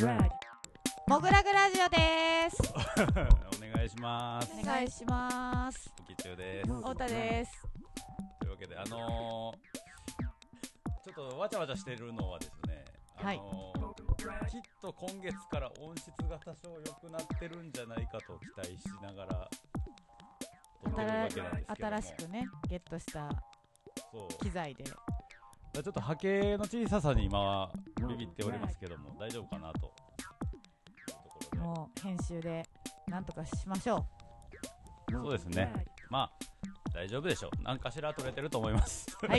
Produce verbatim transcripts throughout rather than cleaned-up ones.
モグラグラジオですお願いします。 お願いします。 きちゅうです。 太田です。 というわけで、あのー、ちょっとわちゃわちゃしてるのはですね、あのーはい、きっと今月から音質が多少良くなってるんじゃないかと期待しながら撮ってるわけなんですけども、 新しくねゲットした機材で、ちょっと波形の小ささに今はビビっておりますけども、大丈夫かなと。 もう編集でなんとかしましょう。そうですね。まあ大丈夫でしょう。何かしら撮れてると思います。 はい。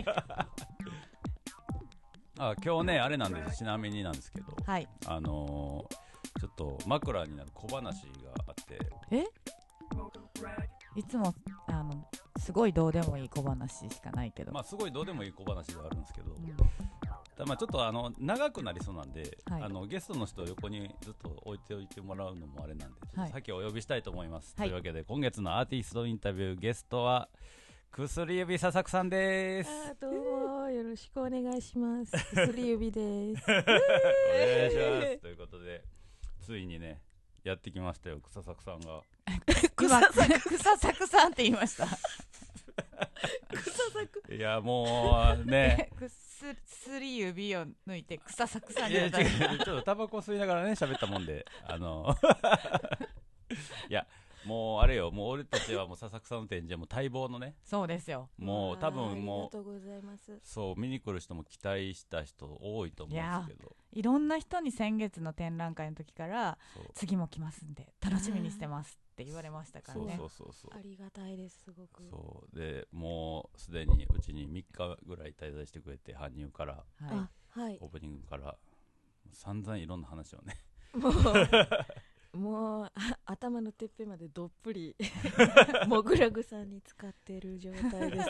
あ、今日ねあれなんです。ちなみになんですけど、 はい、 あのー、ちょっと枕になる小話があって。 え？いつもあのすごいどうでもいい小話しかないけど。 まあすごいどうでもいい小話があるんですけど。うん、だまあちょっとあの長くなりそうなんで、はい、あのゲストの人を横にずっと置いておいてもらうのもあれなんで、ちょっと先お呼びしたいと思います、はい、というわけで今月のアーティストインタビューゲストは薬指ささくさんです。 あ、どうもよろしくお願いします。薬指です。お願いしますということでついにねやってきましたよ、草作さんが。 今草作さんって言いました。 草作。 いやもうね薬指を抜いて草作さんになった。いや違う、ちょっとタバコ吸いながらね喋ったもんで、あのいやもうあれよ、もう俺たちはもう笹草の展示はもう待望のね。 そうですよ。 もう多分もう、 ありがとうございます。 そう見に来る人も期待した人多いと思うんですけど、 いろんな人に先月の展覧会の時から次も来ますんで楽しみにしてますって言われましたからね。 そうそうそうそう、 ありがたいです、すごく。 そうでもうすでにうちにみっかぐらい滞在してくれて、搬入から、 はい、 はい、 オープニングから散々いろんな話をねもうもう頭のてっぺんまでどっぷりモグラグさんに使っている状態です。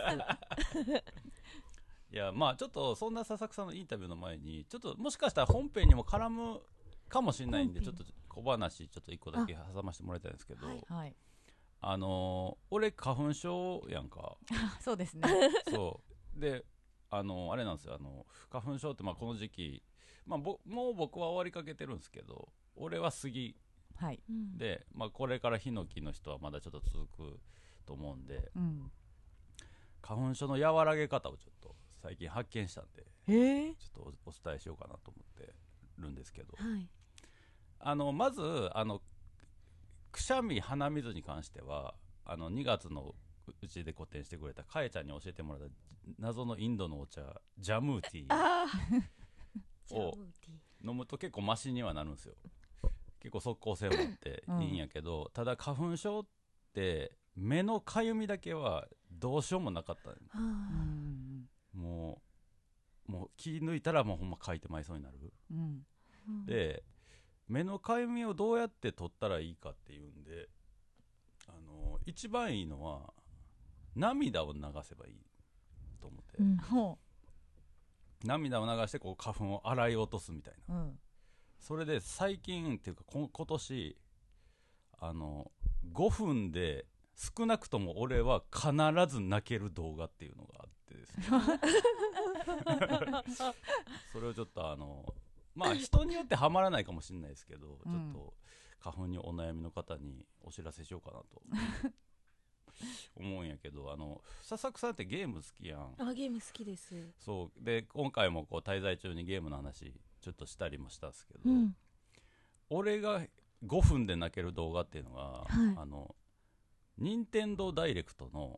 いやまあちょっとそんな笹草のインタビューの前にちょっともしかしたら本編にも絡むかもしれないんで、ちょっと小話ちょっといっこだけ挟ませてもらいたいんですけど、 はい、 あのー、俺花粉症やんか。 そうですね。 そうであのー、あれなんですよ、あの花粉症ってまあこの時期、まあ、ぼもう僕は終わりかけてるんですけど、俺は杉、 はい、 で、まあ、これからヒノキの人はまだちょっと続くと思うんで、うん、花粉症の和らげ方をちょっと最近発見したんで、 えー、 ちょっと お, お伝えしようかなと思ってるんですけど、 はい、 あのまずあのくしゃみ鼻水に関してはあのにがつのうちで個展してくれたかえちゃんに教えてもらった謎のインドのお茶ジャムーティーを飲むと結構マシにはなるんですよ。結構即効性もあっていいんやけど、うん、ただ花粉症って目のかゆみだけはどうしようもなかった、うんもうもう気抜いたらもうほんまかいてまいそうになる、うん、で目のかゆみをどうやって取ったらいいかっていうんで、あの一番いいのは涙を流せばいいと思って、うん、涙を流してこう花粉を洗い落とすみたいな、うん、それで最近っていうかこ今年あのごふんで少なくとも俺は必ず泣ける動画っていうのがあってですねそれをちょっとあのまあ人によってはまらないかもしれないですけど、うん、ちょっと花粉にお悩みの方にお知らせしようかなと思うんやけど、あの笹草ってゲーム好きやん。 あ、ゲーム好きです。 そうで今回もこう滞在中にゲームの話ちょっとしたりもしたんですけど、うん、俺がごふんで泣ける動画っていうのが、はい、あの任天堂ダイレクトの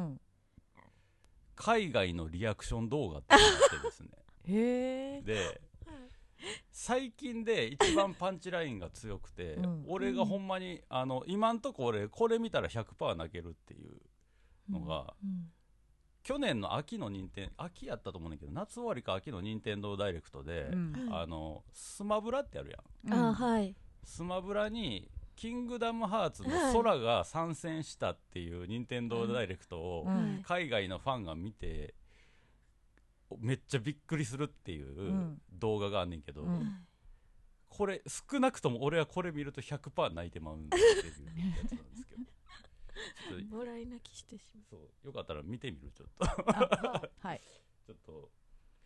海外のリアクション動画っていうのがあってですねへーで最近で一番パンチラインが強くて、うん、俺がほんまにあの今んとこ俺これ見たら ひゃくパーセント 泣けるっていうのが、うんうん、去年の秋の任天秋やったと思うんだけど夏終わりか秋の任天堂ダイレクトで、うん、あのスマブラってあるやん、 うん、あ、はい、 スマブラにキングダムハーツの空が参戦したっていう任天堂ダイレクトを海外のファンが見てめっちゃびっくりするっていう動画があんねんけど、うん、これ少なくとも俺はこれ見ると ひゃくパーセント 泣いてまうんっていうやつなんですけどちょっともらい泣きしてしまう。 そうよかったら見てみるちょっとはい、 ちょっと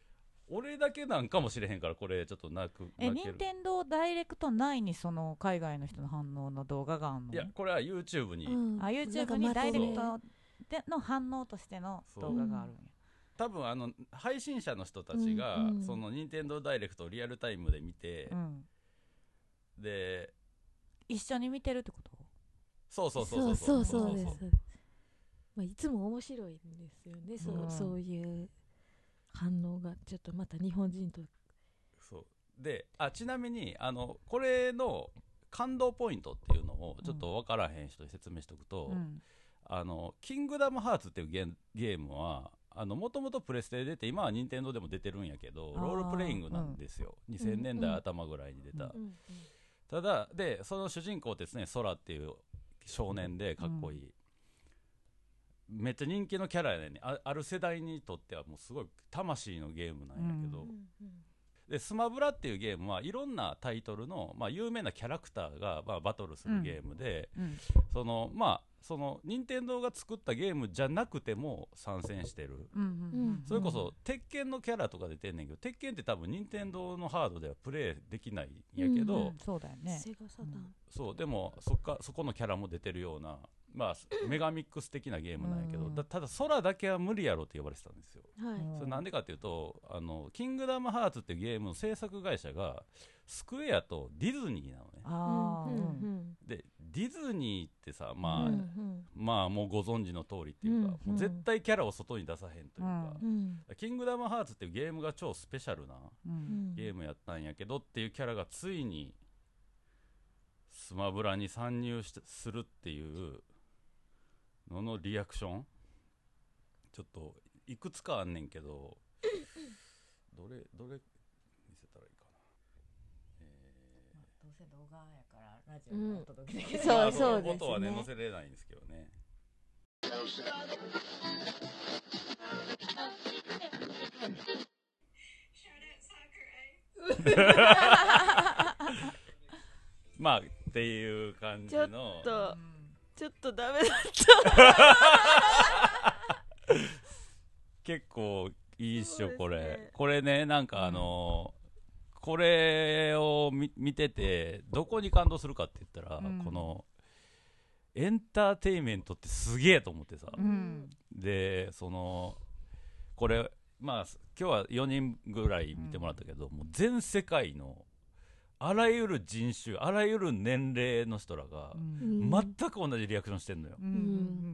俺だけなんかもしれへんから、これちょっと泣くえ、 泣ける。 任天堂ダイレクト内にその海外の人の反応の動画があんの？ いやこれは YouTube に、 うんあ、YouTube にダイレクトでの反応としての動画があるんや。 多分あの配信者の人たちが、 うんうん、 その任天堂ダイレクトをリアルタイムで見て、 うん、 で一緒に見てるってこと？ そうそうそそうそうそうそうです。まあ、いつも面白いんですよね、そう、 うん、 そういう反応がちょっとまた日本人と。 そうで、あ、ちなみにあのこれの感動ポイントっていうのをちょっと分からへん人に説明しておくと、うん、あのキングダムハーツっていうゲーゲームはもともとプレステで出て、今は任天堂でも出てるんやけど、ロールプレイングなんですよ、うん、にせんねんだい頭ぐらいに出た、うんうん、ただでその主人公ですね、ソラっていう少年でかっこいい、うん、めっちゃ人気のキャラやねん。 あ, ある世代にとってはもうすごい魂のゲームなんやけど、うんうん、でスマブラっていうゲームはいろんなタイトルの、まあ、有名なキャラクターが、まあ、バトルするゲームで、うんうん、そのまあその任天堂が作ったゲームじゃなくても参戦してる、うんうんうん、それこそ鉄拳のキャラとか出てんねんけど、鉄拳って多分任天堂のハードではプレイできないんやけど、うんうん、 そうだよね、 セガサタン、うん、 そうでも そ, っかそこのキャラも出てるような、まあ、メガミックス的なゲームなんやけど、うん、だただ空だけは無理やろって呼ばれてたんですよ、はい、それなんでかっていうと、あのキングダムハーツっていうゲームの制作会社がスクエアとディズニーなのね。 あ、うんうん 、でディズニーってさ、まあ、うんうん、まあもうご存知の通りっていうか、うんうん、もう絶対キャラを外に出さへんというか、うん、キングダムハーツっていうゲームが超スペシャルなゲームやったんやけどっていうキャラがついにスマブラに参入しするっていうののリアクション、ちょっといくつかあんねんけどどれどれ見せたらいいかな、えーまあ、 どうせ動画やからラジオでお届けできる、 うん、そうそうですね、 音はね載せれないんですけどね。まあっていう感じの、 ちょっとちょっとダメだった結構いいっしょ、これ、ね、これね、なんかあのー、これを 見, 見ててどこに感動するかって言ったら、うん、このエンターテインメントってすげえと思ってさ、うん、でそのこれまあ今日はよにんぐらい見てもらったけど、うん、もう全世界のあらゆる人種、あらゆる年齢の人らが全く同じリアクションしてんのよ、うん、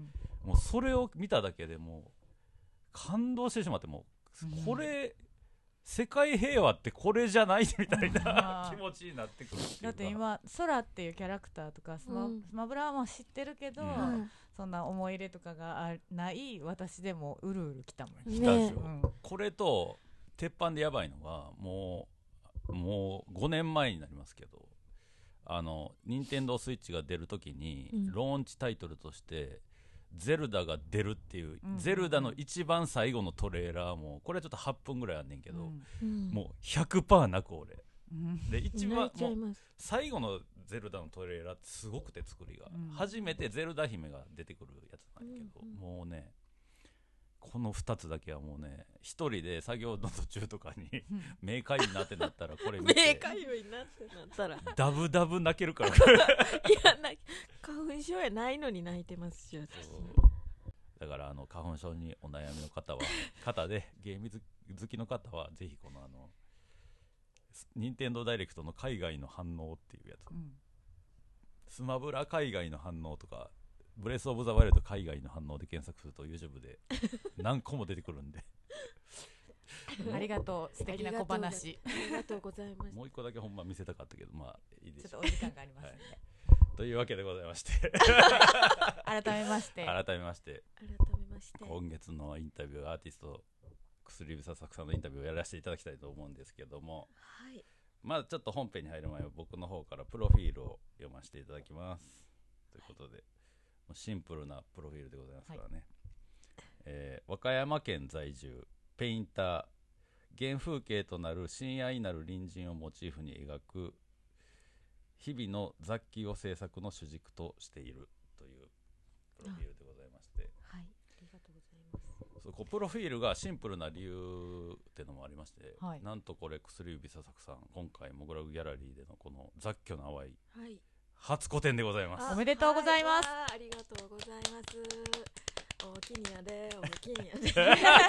もうそれを見ただけでもう感動してしまって、もうこれ、うん、世界平和ってこれじゃないみたいな気持ちになってくるっていうか。 だって今ソラっていうキャラクターとかス マ,、うん、スマブラはもう知ってるけど、うん、そんな思い入れとかがない私でもうるうるきたもん。 来たでしょ、うん、これと鉄板でやばいのがもうもうごねんまえになりますけど、あの任天堂スイッチが出るときに、うん、ローンチタイトルとしてゼルダが出るっていう、うん、ゼルダの一番最後のトレーラーもこれちょっとはっぷんぐらいあんねんけど、うん、もう ひゃくパーセント 泣く俺、うん、で一番もう最後のゼルダのトレーラーってすごくて作りが、うん、初めてゼルダ姫が出てくるやつなんやけど、うん、もうねこのふたつだけはもうね一人で作業の途中とかに目かゆいなってなったらこれ見て目かゆいなってなったらダブダブ泣けるからいやな花粉症やないのに泣いてますし、 だからあの花粉症にお悩みの方は方でゲーム好きの方はぜひこのあの任天堂ダイレクトの海外の反応っていうやつ、うん、スマブラ海外の反応とかブレスオブザワイルド海外の反応で検索すると YouTube で何個も出てくるんでありがとう、素敵な小話ありがとうございます。 もう一個だけほんま見せたかったけど、まあいいでしょう。 ちょっとお時間がありますね、 はい、というわけでございまして改めまして改めまして改めまして今月のインタビューアーティスト薬指佐々木さんのインタビューをやらせていただきたいと思うんですけども、はい、まあちょっと本編に入る前は僕の方からプロフィールを読ませていただきますということで、シンプルなプロフィールでございますからね、はい、えー、和歌山県在住ペインター、原風景となる親愛なる隣人をモチーフに描く日々の雑記を制作の主軸としているというプロフィールでございまして、 はい、ありがとうございます。 そうこうプロフィールがシンプルな理由っていうのもありまして、 はい、 なんとこれ薬指佐々木さん今回モグラグギャラリーでのこの雑居の淡い初個展でございます。 おめでとうございます。 はい、ありがとうございます。おおきにやでおおきにやで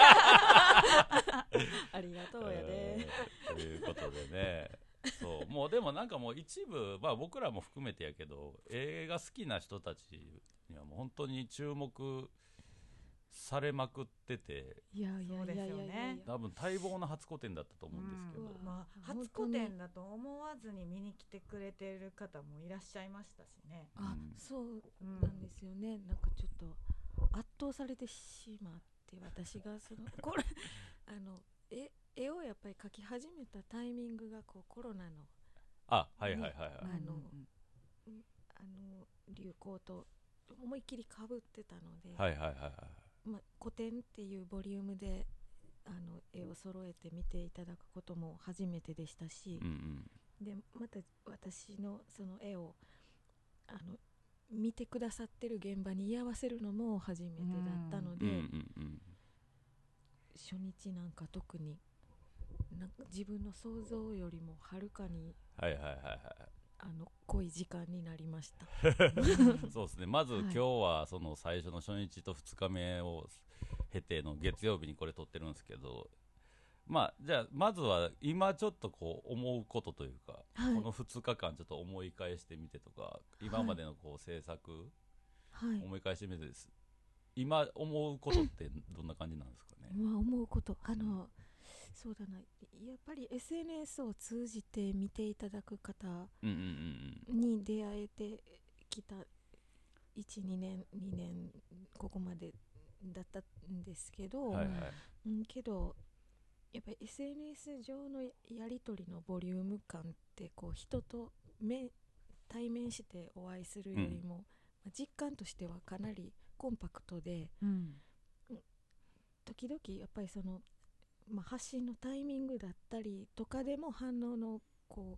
ありがとうやで、 えー、ということでねそうもうでもなんかもう一部、まあ、僕らも含めてやけど映画好きな人たちにはもう本当に注目されまくってて、 いやいやいやいやいや、 多分待望の初個展だったと思うんですけど、 うんまあ、初個展だと思わずに見に来てくれてる方もいらっしゃいましたしね。 あ、うん、そうなんですよね。なんかちょっと圧倒されてしまって私がそのこれあのえ絵をやっぱり描き始めたタイミングがこうコロナのあはいはいはいはい、 あの、うん、あの流行と思いっきりかぶってたので、 はいはいはいはい、 まあ、個展っていうボリュームであの絵を揃えて見ていただくことも初めてでしたし、 うんうん、でまた私のその絵をあの見てくださってる現場に居合わせるのも初めてだったので、うんうんうん、初日なんか特になんか自分の想像よりもはるかに、 はいはいはいはい、 あの濃い時間になりましたそうですね。まず今日はその最初の初日とふつかめを経ての月曜日にこれ撮ってるんですけど、まあじゃあまずは今ちょっとこう思うことというか、はい、このふつかかんちょっと思い返してみてとか、今までのこう制作、はい、思い返してみてです。今思うことってどんな感じなんですかね。 今思うことあのそうだな、やっぱり エスエヌエス を通じて見ていただく方に出会えてきたいち、にねん、にねんここまでだったんですけど、はいはい、うん、けどやっぱり エスエヌエス 上のやり取りのボリューム感ってこう人と目対面してお会いするよりも、うん、まあ、実感としてはかなりコンパクトで、うん、時々やっぱりそのまあ、発信のタイミングだったりとかでも反応のこう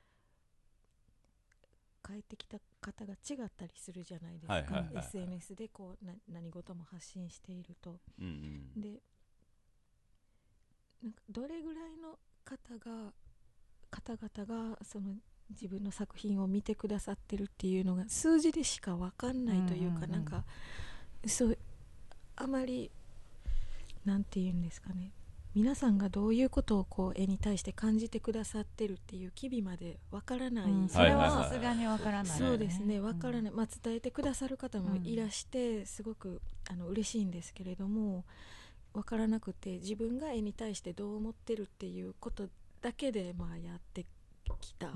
返ってきた方が違ったりするじゃないですか、はいはいはいはい、エスエヌエス でこうな何事も発信していると、うんうん、でなんかどれぐらいの方が方々がその自分の作品を見てくださってるっていうのが数字でしか分かんないというか、うんうんうん、なんかそうあまりなんて言うんですかね、皆さんがどういうことをこう絵に対して感じてくださってるっていう機微までわからない、 うん、それはさすがにわからない、ね、 そうですね、わからない、まあ、伝えてくださる方もいらしてすごくあの嬉しいんですけれども、わからなくて自分が絵に対してどう思ってるっていうことだけでまあやってきた、うん、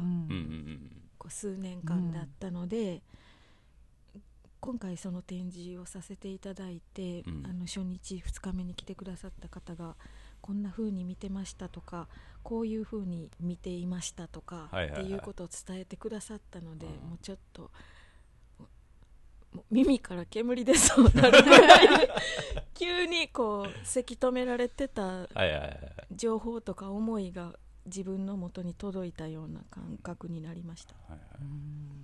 こう数年間だったので、うん、今回その展示をさせていただいて、うん、あの初日ふつかめに来てくださった方がこんな風に見てましたとか、こういう風に見ていましたとか、はいはいはい、っていうことを伝えてくださったので、うん、もうちょっともう耳から煙出そうなるぐらい急にこうせき止められてた情報とか思いが自分の元に届いたような感覚になりました、はいはい、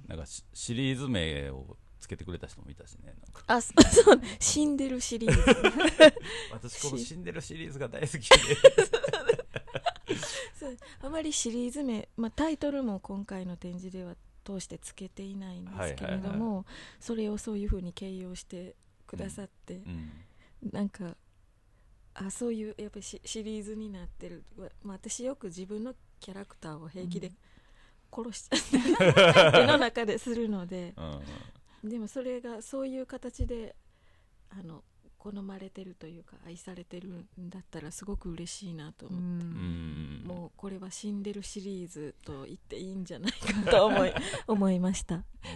なんかシリーズ名をつけてくれた人もいたしね、なんかあ、そう、死んでるシリーズ私この死んでるシリーズが大好きでそうあまりシリーズ名、まあ、タイトルも今回の展示では通してつけていないんですけれども、はいはいはい、それをそういうふうに形容してくださって、うんうん、なんかあそういうやっぱり シ, シリーズになってる、まあ、私よく自分のキャラクターを平気で殺しちゃって、うん、絵の中でするので、うん、でもそれがそういう形であの好まれてるというか愛されてるんだったらすごく嬉しいなと思って、うん、もうこれは死んでるシリーズと言っていいんじゃないかと思い思いました。うん、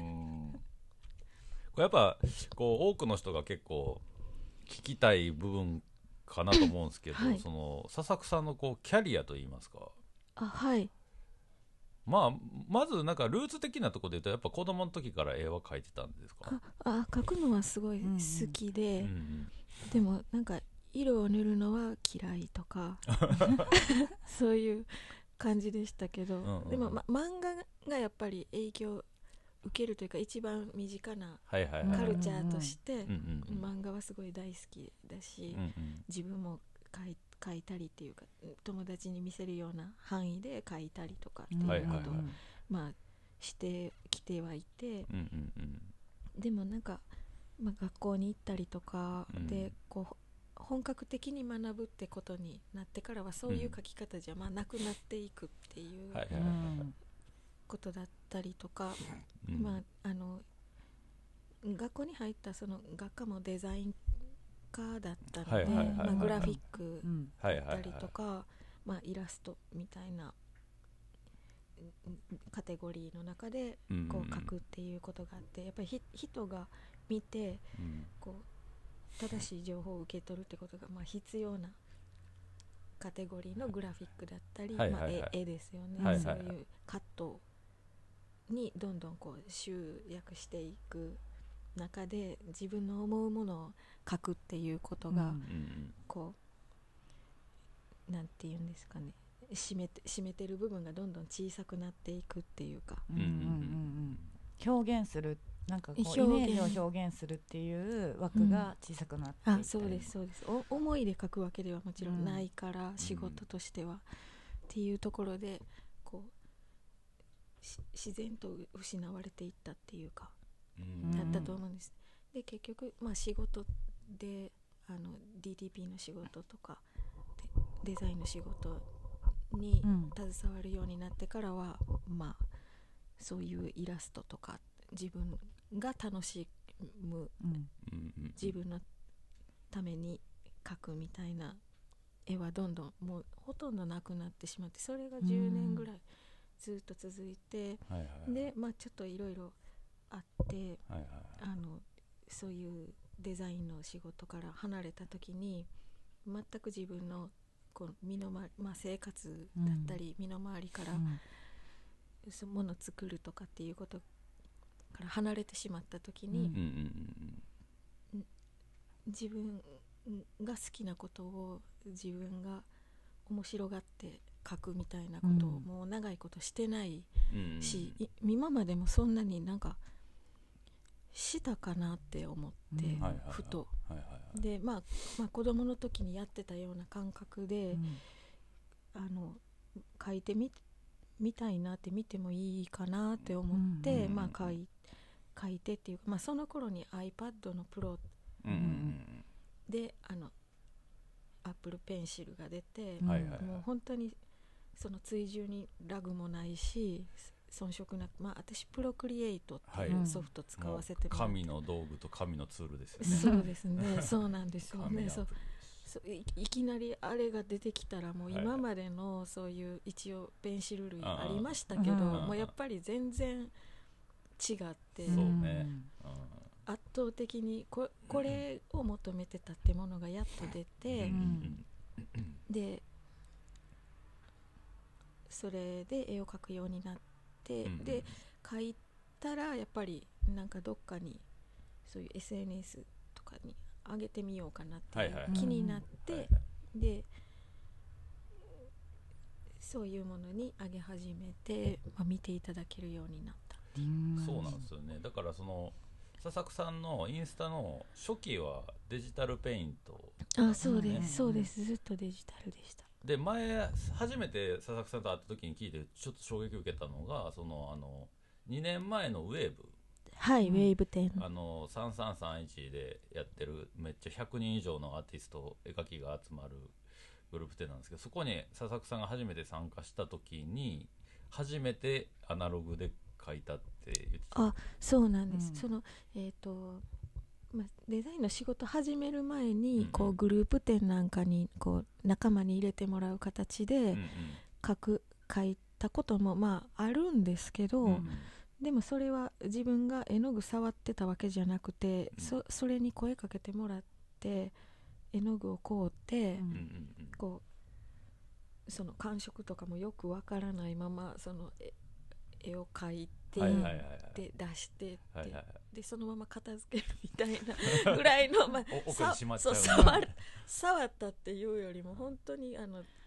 これやっぱこう多くの人が結構聞きたい部分かなと思うんですけど、はい、その佐々木さんのこうキャリアといいますか、 あ、はい、 まあ、まずなんかルーツ的なところで言うとやっぱ子供の時から絵は描いてたんですか？ ああ、描くのはすごい好きで、うんうん、でもなんか色を塗るのは嫌いとかそういう感じでしたけど、うんうん、でも、ま、漫画がやっぱり影響受けるというか一番身近なはいはいはいカルチャーとして、 うんうんうん、 漫画はすごい大好きだし、 うんうん、 自分も描い、描いたりっていうか友達に見せるような範囲で描いたりとかっていうことを、 はいはいはい、 まあしてきてはいて、 うんうんうん、 でもなんか、まあ、学校に行ったりとかで、 うん、 こう本格的に学ぶってことになってからはそういう書き方じゃまあなくなっていくっていうことだったりとか、うん、まああの学校に入ったその学科もデザイン科だったので、まあグラフィックだったりとか、まあイラストみたいなカテゴリーの中でこう書くっていうことがあって、やっぱりひ人が見てこう正しい情報を受け取るってことがまあ必要なカテゴリーのグラフィックだったり、 はいはいはい、 まあ、絵, 絵ですよね、 はいはいはい、 そういうカットにどんどんこう集約していく中で自分の思うものを書くっていうことが、うん、こうなんていうんですかね、占めて、占めてる部分がどんどん小さくなっていくっていうか、うんうんうんうん、表現するなんかこうイメージを表現するっていう枠が小さくなっていったり、うん、 あ、そうですそうです。お思いで書くわけではもちろんないから、うん、仕事としては、うん、っていうところでこう自然と失われていったっていうか、うん、だったと思うんです。で結局、まあ、仕事であの ディーティーピー の仕事とか デ, デザインの仕事に携わるようになってからは、うん、まあそういうイラストとか自分が楽しむ、うん、自分のために描くみたいな絵はどんどんもうほとんどなくなってしまって、それがじゅうねんぐらいずっと続いて、うん、でまあちょっといろいろあって、はいはい、あのそういうデザインの仕事から離れた時に全く自分のこう身の回り、まあ、生活だったり、うん、身の回りから、うん、そのものを作るとかっていうことから離れてしまった時に、うん、自分が好きなことを自分が面白がって書くみたいなことをもう長いことしてないし、うん、今までもそんなになんかしたかなって思って、うん、ふと、はいはいはい、で、まあ、まあ子供の時にやってたような感覚で、うん、あの書いてみみたいなって見てもいいかなって思って、うんうん、まあ書い、書いてっていうか、まあ、その頃に iPad のプロで、あの Apple Pencil が出て、うん、もう本当にその追従にラグもないし遜色なく、まあ私プロクリエイトっていうソフト使わせてもらって、 はい、神の道具と神のツールですよね。 そうですねそうなんですよね。そうそう い, いきなりあれが出てきたらもう今までのそういう一応ペンシル類ありましたけど、もうやっぱり全然違って、 そうね、 圧倒的に こ, これを求めてたってものがやっと出て、うん、でそれで絵を描くようになって、うん、で描いたらやっぱりなんかどっかにそういう エスエヌエス とかに上げてみようかなっていう気になって、はいはいはい、でそういうものに上げ始めて、まあ、見ていただけるようになったっていう。 そうなんですよね。だからその笹久さんのインスタの初期はデジタルペイント、 ね、あ、そうです、そうです、ずっとデジタルでした。 で前初めて笹久さんと会った時に聞いてちょっと衝撃を受けたのが、そのあのにねんまえのウェーブ、 はい、うん、ウェーブテン、 あのさんさんさんいちでやってるめっちゃひゃくにん以上のアーティスト絵描きが集まるグループ展なんですけど、そこに笹久さんが初めて参加した時に初めてアナログで描いたって言ってた。 あ、そうなんです、うん、そのえっ、ー、とまあ、デザインの仕事始める前に、うんうん、こうグループ展なんかにこう仲間に入れてもらう形で描く、描いたこともまああるんですけど、うんうん、でもそれは自分が絵の具触ってたわけじゃなくて、うん、そ, それに声かけてもらって絵の具を買うて、うん、こうその感触とかもよくわからないままその 絵, 絵を描いて、はいはいはいはい、で出してって、はいはいはい、でそのまま片付けるみたいなぐらいの、まあ、 奥にしまっちゃう、 そう、触る触ったっていうよりも本当にあの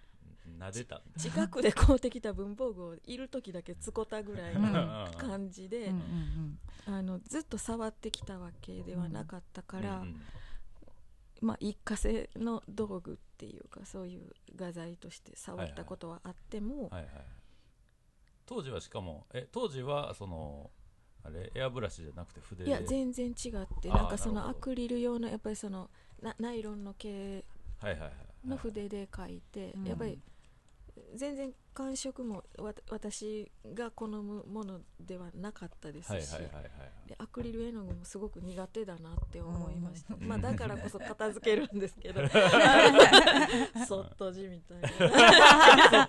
撫でた近くで買うてきた文房具をいる時だけ使ったぐらいの感じで、あのずっと触ってきたわけではなかったから、うんうん、まあ一過性の道具っていうかそういう画材として触ったことはあっても、はいはいはいはい、 当時はしかもえ当時はそのあれエアブラシじゃなくて筆で、 いや全然違って、なんかそのアクリル用のやっぱりその ナ, ナイロンの系の筆で描いて、やっぱり全然感触もわ私が好むものではなかったですし、はいはいはいはい、でアクリル絵の具もすごく苦手だなって思いました、うんまあ、だからこそ片付けるんですけどそっとじみたいな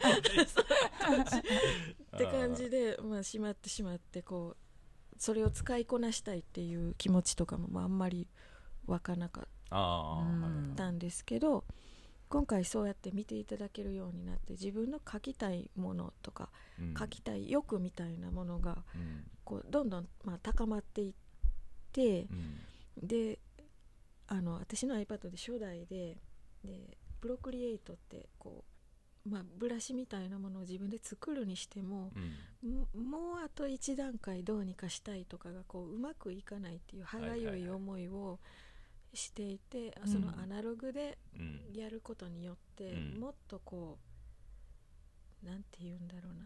って感じで、まあ、しまってしまってこうそれを使いこなしたいっていう気持ちとかも、まあ、あんまり湧かなかったんですけど、今回そうやって見ていただけるようになって自分の描きたいものとか、うん、描きたい欲みたいなものが、うん、こうどんどん、まあ、高まっていって、うん、であの私の iPad で初代で、でプロクリエイトってこう、まあ、ブラシみたいなものを自分で作るにしても、うん、もうあと一段階どうにかしたいとかがこううまくいかないっていう歯がゆい思いをしていて、うん、そのアナログでやることによって、うん、もっとこうなんて言うんだろうな、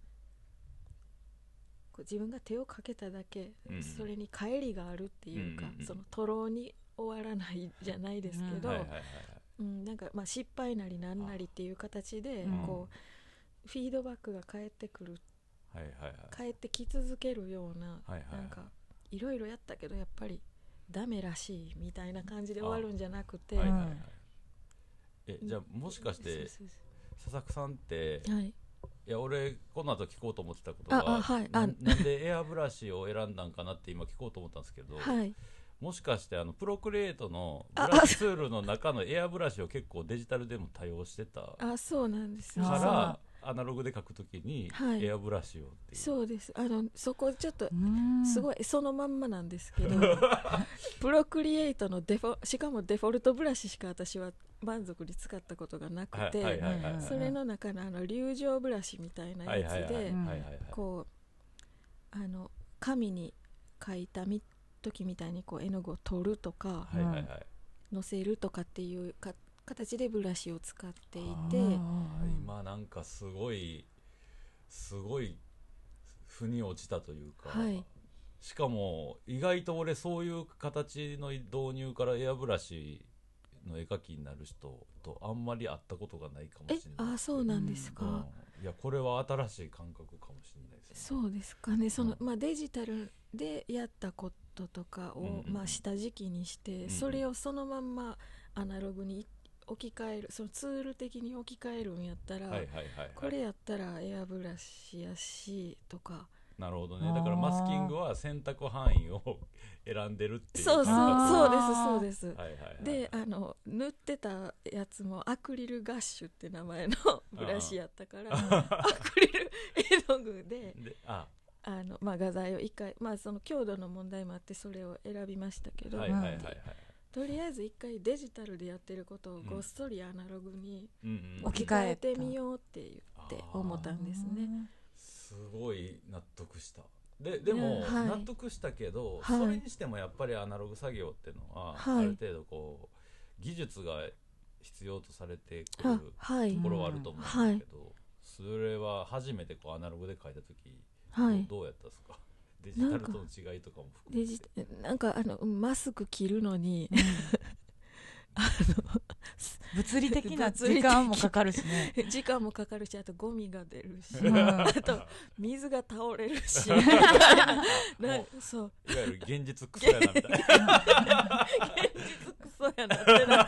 こう自分が手をかけただけ、うん、それに帰りがあるっていうか、うん、その徒労に終わらないじゃないですけど、なんかまあ失敗なりなんなりっていう形でこうフィードバックが返ってくる、はいはいはい、返ってき続けるような、はいはいはい、なんかいろいろやったけどやっぱりダメらしいみたいな感じで終わるんじゃなくて、はいはいはい、 えじゃあもしかして笹久さんって、はい、いや俺この後聞こうと思ってたことが、ああ、はい、な, なんでエアブラシを選んだんかなって今聞こうと思ったんですけど、はい、もしかしてあのプロクリエイトのブラシツールの中のエアブラシを結構デジタルでも多用してたから、 あそうなんですよ、 アナログで描くときにエアブラシをっていう、はい、 そうです、あのそこちょっとすごいそのまんまなんですけどプロクリエイトのデフォしかもデフォルトブラシしか私は満足に使ったことがなくて、それの中のあの流浄ブラシみたいなやつでこうあの紙に描いた時みたいにこう絵の具を取るとか、はいはいはい、のせるとかっていうか形でブラシを使っていて、 今なんかすごいすごい腑に落ちたというか、はい、しかも意外と俺そういう形の導入からエアブラシの絵描きになる人とあんまり会ったことがないかもしれない。 え、あ、そうなんですか、うん、 いやこれは新しい感覚かもしれないですね。そうですかね、その、うん、まあ、デジタルでやったこととかを、うんうん、まあ、下敷きにして、うんうん、それをそのまんまアナログに置き換える、そのツール的に置き換えるんやったら、はいはいはいはい、これやったらエアブラシやしとか。 なるほどね。だからマスキングは選択範囲を選んでるっていう。 そうそうそうですそうです、はいはいはい、であの塗ってたやつもアクリルガッシュって名前のブラシやったからアクリル絵の具で、でああの、まあ、画材を一回、まあ、その強度の問題もあってそれを選びましたけど、はいはいはいはい、とりあえず一回デジタルでやってることをごっそりアナログに置き換えてみようって言って思ったんですね。 すごい納得した。で, でも、はい、納得したけど、はい、それにしてもやっぱりアナログ作業っていうのは、はい、ある程度こう技術が必要とされてくるところはあると思うんですけど、はい、それは初めてこうアナログで書いた時、はい、どうやったんですか？デジタルとの違いとかも含めて。 なんかあのマスク着るのにあの物理的な時間もかかるしね時間もかかるし、あとゴミが出るし、うん、あと水が倒れるしなそういわゆる現実クソやなみたいな現実クソやなってなってなん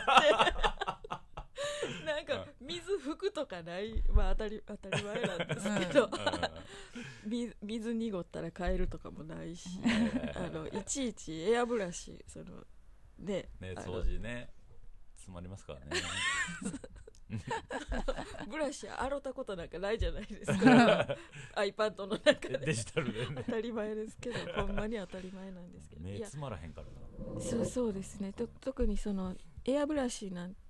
か水拭くとかない、まあ、当たり当たり前なんですけど、うん、水, 水濁ったら変えるとかもないしあのいちいちエアブラシそのねね掃除ね詰まりますからねブラシ洗ったことなんかないじゃないですかiPad の中でデジタルで、ね、 当たり前ですけどほんまに当たり前なんですけど、 目詰まらへんからな。 そうそうですね。と特にそのエアブラシなんて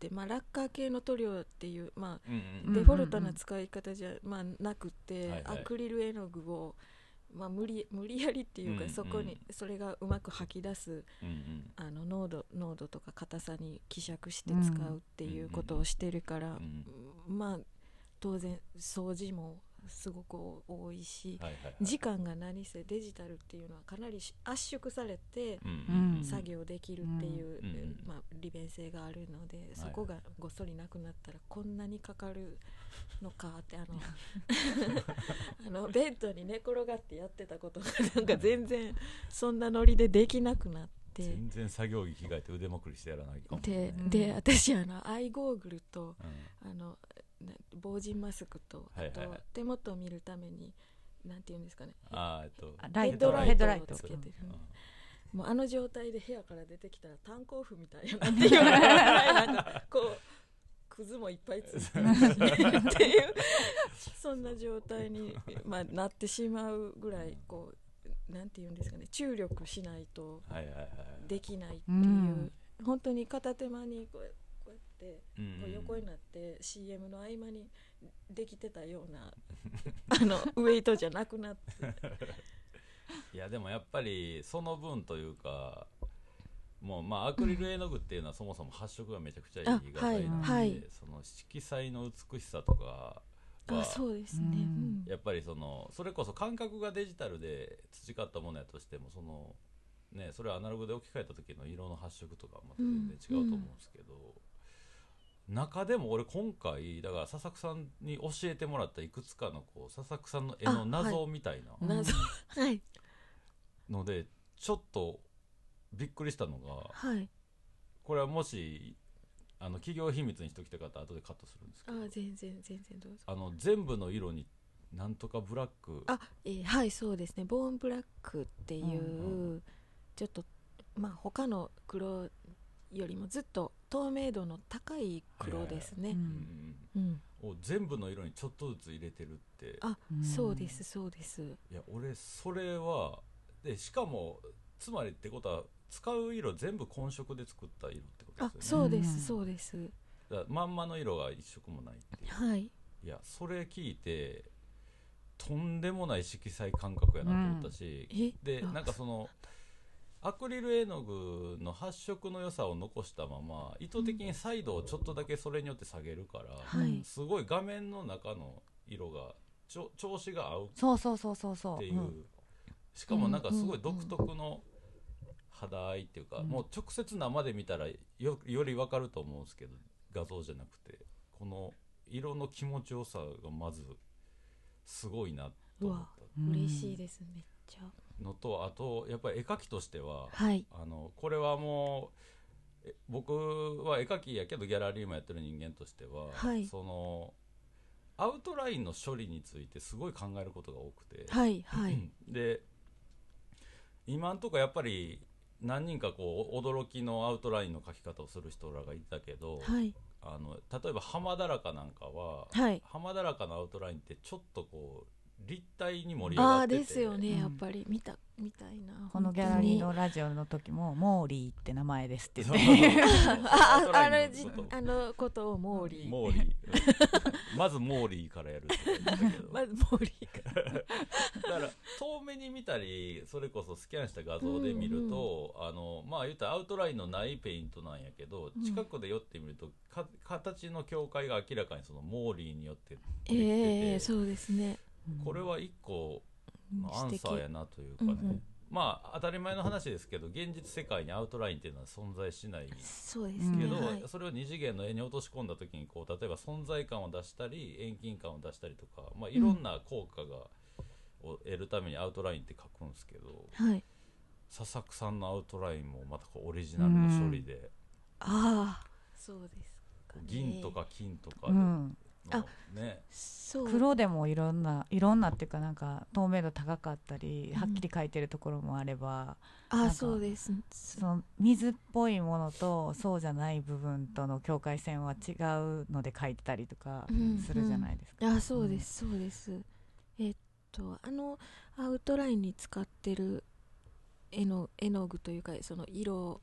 て、まあ、ラッカー系の塗料っていう、まあうんうんデフォルトな使い方じゃ、まあ、なくて、 はいはいアクリル絵の具を、まあ、無理、無理やりっていうか、 うんうんそこにそれがうまく吐き出すうんうんあの濃度、濃度とか硬さに希釈して使うっていうことをしてるから、 うんまあ当然掃除もすごく多いし、 はいはいはい時間が何せデジタルっていうのはかなり圧縮されてうんうん作業できるっていう、 うんうんまあ、利便性があるので、そこがごっそりなくなったらこんなにかかるのかってあのあのベッドに寝転がってやってたことがなんか全然そんなノリでできなくなって、 全然作業着着替えて腕まくりしてやらないかも、 でね、 で私あのアイゴーグルと、 うん、 あの防塵マスクと、あと手元を見るためになんていうんですかね、 あーえっとライヘッドライトをつけてる、 うん、 もうあの状態で部屋から出てきたら炭鉱夫みたいやなっていうぐらいなんかこうクズもいっぱいついてるしっていうそんな状態に、まあ、なってしまうぐらいこうなんていうんですかね、注力しないとできないっていう、はいはいはいはい、本当に片手間にこうこうやってこう横になって シーエム の合間にできてたようなあのウエイトじゃなくなっていやでもやっぱりその分というか、もうまあアクリル絵の具っていうのはそもそも発色がめちゃくちゃいい画材なので、はいはい、その色彩の美しさとかはそうですね、 うん、やっぱりそのそれこそ感覚がデジタルで培ったものやとしても、そのね、それをアナログで置き換えた時の色の発色とかまた全然違うと思うんですけど、うん、中でも俺今回だから笹久さんに教えてもらったいくつかのこう笹久さんの絵の謎みたいな謎はいのでちょっとびっくりしたのが、 はい、 これはもしあの企業秘密にしておきたかったら後でカットするんですけど、 あ全然全然どうぞ。 あの全部の色になんとかブラック、 あ、えー、はいそうですね、ボーンブラックっていう、うんうん、ちょっとまあ他の黒よりもずっと透明度の高い黒ですね、はいはいはい、うんうん、を全部の色にちょっとずつ入れてるって、 あ、うん、そうですそうです。 いや俺それはで、しかもつまりってことは使う色全部混色で作った色ってことですよね。 あ、そうですそうです。 だからまんまの色が一色もないっていう、 はい、 いやそれ聞いてとんでもない色彩感覚やなと思ったし、うん、でなんかそのアクリル絵の具の発色の良さを残したまま意図的に彩度をちょっとだけそれによって下げるから、 うん、 すごい画面の中の色がちょ調子が合うそうそうそうそうそうっていう、うん、しかもなんかすごい独特の肌合いっていうか、うん、もう直接生で見たら よ, より分かると思うんですけど、画像じゃなくてこの色の気持ちよさがまずすごいなと思った。 うわ、嬉しいです、めっちゃのと、あとやっぱり絵描きとしては、 はい、 あのこれはもう僕は絵描きやけどギャラリーもやってる人間としては、 はい、 そのアウトラインの処理についてすごい考えることが多くて、 はいはい、 で今んとこやっぱり何人かこう驚きのアウトラインの描き方をする人らがいたけど、 はい、 あの例えば浜だらかなんかは、 はい、 浜だらかのアウトラインってちょっとこう立体に盛り上がってて、 あですよね、やっぱり見たみたいな。 このギャラリーのラジオの時もモーリーって名前ですって言ってあ, あ, あ, のじあのことをモーリーモーリーまずモーリーからやるって言ったけどまずモーリーからだから遠目に見たりそれこそスキャンした画像で見ると、うんうん、あのまあ言ったらアウトラインのないペイントなんやけど、うん、近くで寄ってみるとか形の境界が明らかにそのモーリーによってできてて、 えー、そうですね、 これは一個のアンサーやなというかね、うんうん、まあ当たり前の話ですけど現実世界にアウトラインっていうのは存在しないそうですね、 けど、 はい、 それを二次元の絵に落とし込んだ時にこう例えば存在感を出したり遠近感を出したりとか、まあ、いろんな効果が、うん、を得るためにアウトラインって書くんですけど、 はい、 笹久さんのアウトラインもまたこうオリジナルの処理で、うん、 ああそうですか、ね、 銀とか金とかで、 うんあね、 そう黒でもいろんないろんなっていうかなんか透明度高かったり、うん、はっきり描いてるところもあれば、 あそうです、 その水っぽいものとそうじゃない部分との境界線は違うので描いてたりとかするじゃないですか、 うんうん、あそうですそうです、えっとあのアウトラインに使ってる絵の、絵の具というかその色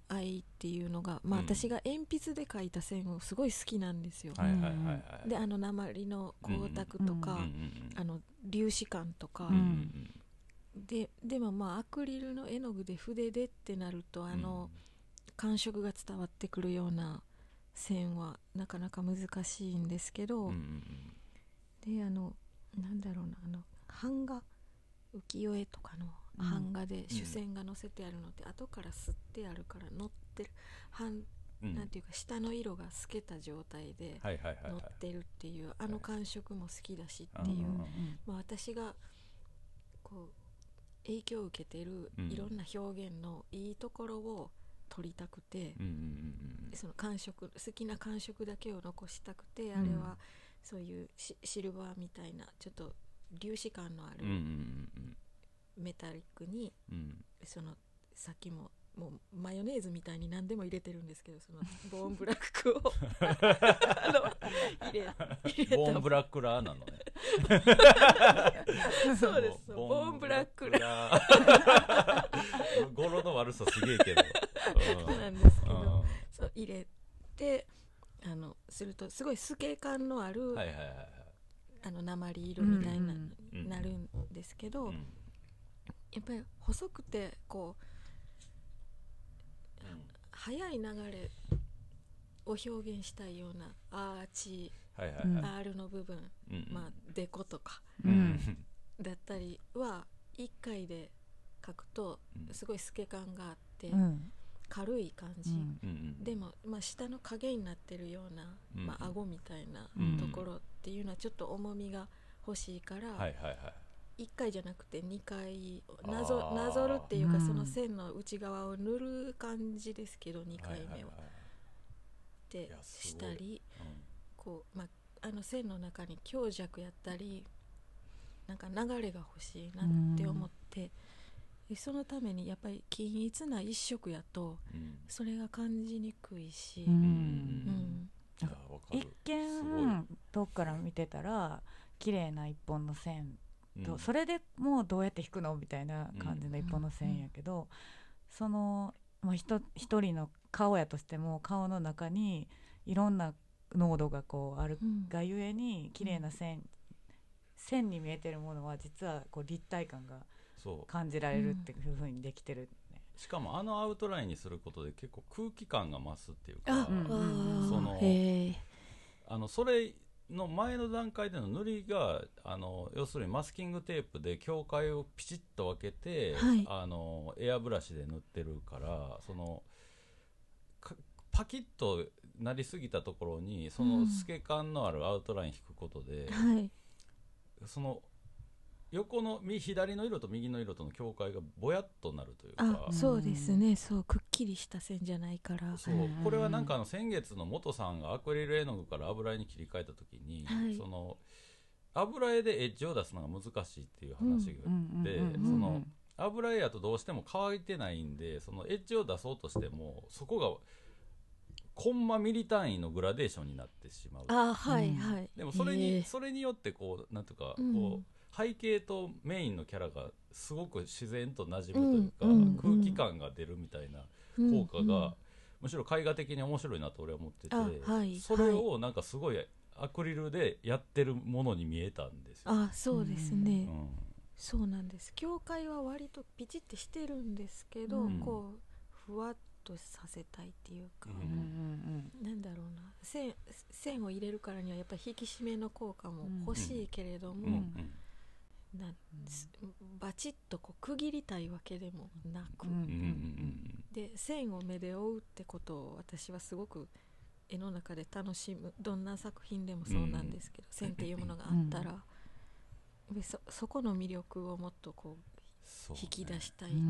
愛っていうのが、まあ、 うん私が鉛筆で描いた線をすごい好きなんですよ、 はいはいはいはいであの鉛の光沢とか、 うんうんうんあの粒子感とか、 うんうんで, でもまあアクリルの絵の具で筆でってなるとあの感触が伝わってくるような線はなかなか難しいんですけど、 うんうんであのなんだろうなあの版画浮世絵とかの版画で主線が載せてあるのって、うん、後から吸ってあるから載ってる版、うん、なんていうか下の色が透けた状態で載ってるっていうあの感触も好きだしっていう、まあ、私がこう影響を受けてるいろんな表現のいいところを撮りたくて、うんうんうん、その感触好きな感触だけを残したくて、うん、あれはそういうシルバーみたいなちょっと粒子感のあるメタリックに、うん、そのさっきももうマヨネーズみたいに何でも入れてるんですけどそのボーンブラックをあの入れ入れたボーンブラックラーなのねそうですボーンブラックラー語呂の悪さすげえけどなんですけどそう入れてあのするとすごい透け感のある、はいはいはい、あの鉛色みたいな、うん、なるんですけど、うん、やっぱり細くてこう速い流れを表現したいようなアーチ、はいはいはい、R の部分、うん、まあデコとか、うん、だったりはいっかいで描くとすごい透け感があって、うん、軽い感じ、うん、でも、まあ、下の影になってるような、うんまあ、顎みたいなところっていうのはちょっと重みが欲しいから、うんはいはいはい、いっかいじゃなくてにかいなぞ、なぞるっていうか、うん、その線の内側を塗る感じですけどにかいめは、はいはいはい、でしたり、うん、こうまあ、あの線の中に強弱やったりなんか流れが欲しいなって思って、うん、そのためにやっぱり均一な一色やと、うん、それが感じにくいし、うんうん、 一見遠くから見てたら綺麗な一本の線と、うん、それでもうどうやって引くのみたいな感じの一本の線やけど、うん、その、まあ、一人の顔やとしても顔の中にいろんな濃度がこうあるがゆえに綺麗な線、うん、線に見えてるものは実はこう立体感が感じられるっていう風にできてる、ね、 しかもあのアウトラインにすることで結構空気感が増すっていうか、うん、そのあのそれの前の段階での塗りがあの要するにマスキングテープで境界をピチッと分けて、はい、あのエアブラシで塗ってるからそのパキッとなりすぎたところにその透け感のあるアウトライン引くことで、うんはい、その横の左の色と右の色との境界がぼやっとなるというかあそうですねそうくっきりした線じゃないからそうこれはなんかあの先月の元さんがアクリル絵の具から油絵に切り替えた時に、はい、その油絵でエッジを出すのが難しいっていう話があってその油絵やとどうしても乾いてないんでそのエッジを出そうとしてもそこがコンマミリ単位のグラデーションになってしまうあ、はいはい、 でもそれに、えー、それによってこうなんていうか、うん、こう背景とメインのキャラがすごく自然と馴染むというか、うん、空気感が出るみたいな効果が、うん、むしろ絵画的に面白いなと俺は思ってて、はい、それをなんかすごいアクリルでやってるものに見えたんですよ。 あ、そうですね、うん、そうなんです。境界は割とピチッてしてるんですけど、うん、こうふわっとさせたいっていうか、うん、なんだろうな 線, 線を入れるからにはやっぱり引き締めの効果も欲しいけれども、うんうんなバチッとこう区切りたいわけでもなく、うんうんうん、で線を目で追うってことを私はすごく絵の中で楽しむどんな作品でもそうなんですけど、うん、線っていうものがあったら、うん、そ, そこの魅力をもっとこう引き出したい、ねうん、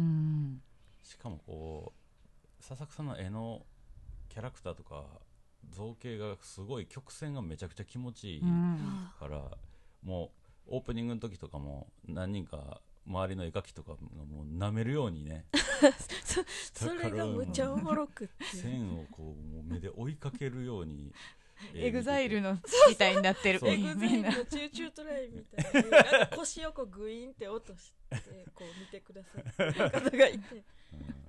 しかもこう佐々木さんの絵のキャラクターとか造形がすごい曲線がめちゃくちゃ気持ちいいから、うん、もうオープニングの時とかも何人か周りの絵描きとかもう舐めるようにねそ, それがむちゃおもろくって線をこうもう目で追いかけるようにエグザイルのみたいになってるエグザイルのチューチュートラインみたいななんか腰をこうグイーンって落としてこう見てくださってる方がいて、うん、